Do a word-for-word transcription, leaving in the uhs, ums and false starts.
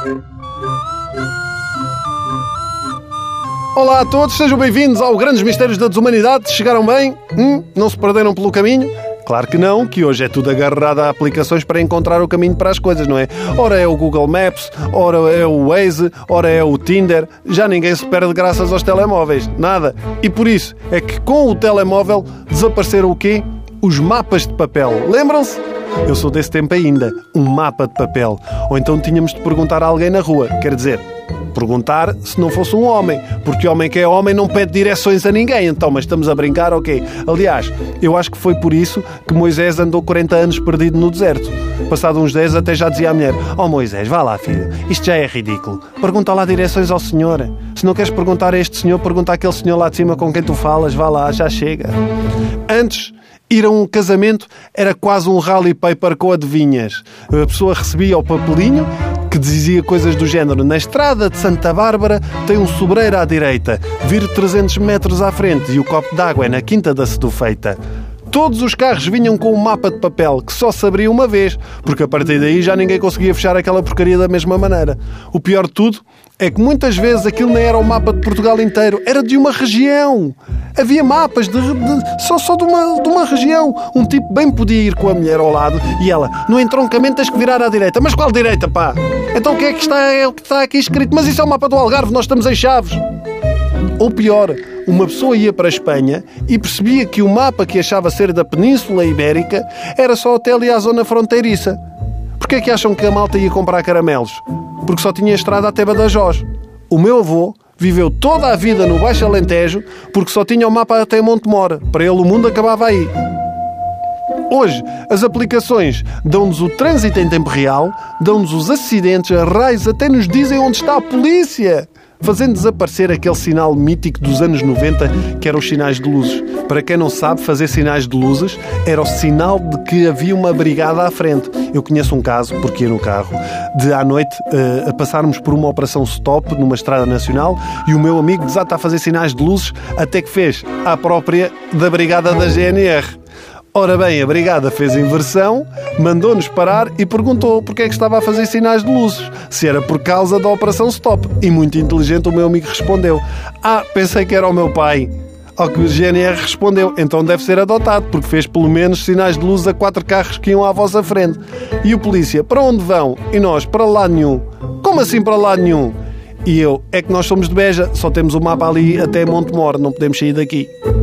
Olá a todos, sejam bem-vindos ao Grandes Mistérios da Desumanidade. Chegaram bem? Hum? Não se perderam pelo caminho? Claro que não, que hoje é tudo agarrado a aplicações para encontrar o caminho para as coisas, não é? Ora é o Google Maps, ora é o Waze, ora é o Tinder. Já ninguém se perde graças aos telemóveis. Nada. E por isso é que com o telemóvel desapareceram o quê? Os mapas de papel. Lembram-se? Eu sou desse tempo ainda. Um mapa de papel. Ou então tínhamos de perguntar a alguém na rua. Quer dizer, perguntar se não fosse um homem. Porque homem que é homem não pede direções a ninguém. Então, mas estamos a brincar, ok. Aliás, eu acho que foi por isso que Moisés andou quarenta anos perdido no deserto. Passado uns dez até já dizia à mulher: "Oh Moisés, vá lá, filho. Isto já é ridículo. Pergunta lá direções ao senhor. Se não queres perguntar a este senhor, pergunta àquele senhor lá de cima com quem tu falas. Vá lá, já chega." Antes, ir a um casamento era quase um rally paper com adivinhas. A pessoa recebia o papelinho que dizia coisas do género: "Na estrada de Santa Bárbara tem um sobreiro à direita, vire trezentos metros à frente e o copo d'água é na Quinta da Sedufeita." Todos os carros vinham com um mapa de papel que só se abria uma vez, porque a partir daí já ninguém conseguia fechar aquela porcaria da mesma maneira. O pior de tudo é que muitas vezes aquilo nem era o mapa de Portugal inteiro, era de uma região. Havia mapas de, de, só, só de, uma, de uma região. Um tipo bem podia ir com a mulher ao lado e ela: "No entroncamento tens que virar à direita." "Mas qual direita, pá? Então o que é que está, é o que está aqui escrito?" "Mas isso é o mapa do Algarve, nós estamos em Chaves." Ou pior, uma pessoa ia para a Espanha e percebia que o mapa que achava ser da Península Ibérica era só até ali à zona fronteiriça. Porquê é que acham que a malta ia comprar caramelos? Porque só tinha estrada até Badajoz. O meu avô viveu toda a vida no Baixo Alentejo porque só tinha o mapa até Montemor. Para ele o mundo acabava aí. Hoje, as aplicações dão-nos o trânsito em tempo real, dão-nos os acidentes, a raios, até nos dizem onde está a polícia, fazendo desaparecer aquele sinal mítico dos anos noventa, que eram os sinais de luzes. Para quem não sabe, fazer sinais de luzes era o sinal de que havia uma brigada à frente. Eu conheço um caso, porque ia no carro, de à noite uh, a passarmos por uma operação stop numa estrada nacional e o meu amigo desata a fazer sinais de luzes até que fez à própria da brigada da G N R. Ora bem, a brigada fez inversão, mandou-nos parar e perguntou porque é que estava a fazer sinais de luzes, se era por causa da operação stop. E muito inteligente o meu amigo respondeu: "Ah, pensei que era o meu pai." Ao que o G N R respondeu: "Então deve ser adotado, porque fez pelo menos sinais de luz a quatro carros que iam à vossa frente." E o polícia: "Para onde vão?" E nós: "Para lá nenhum." "Como assim para lá nenhum?" E eu: "É que nós somos de Beja, só temos o mapa ali até Montemor, não podemos sair daqui."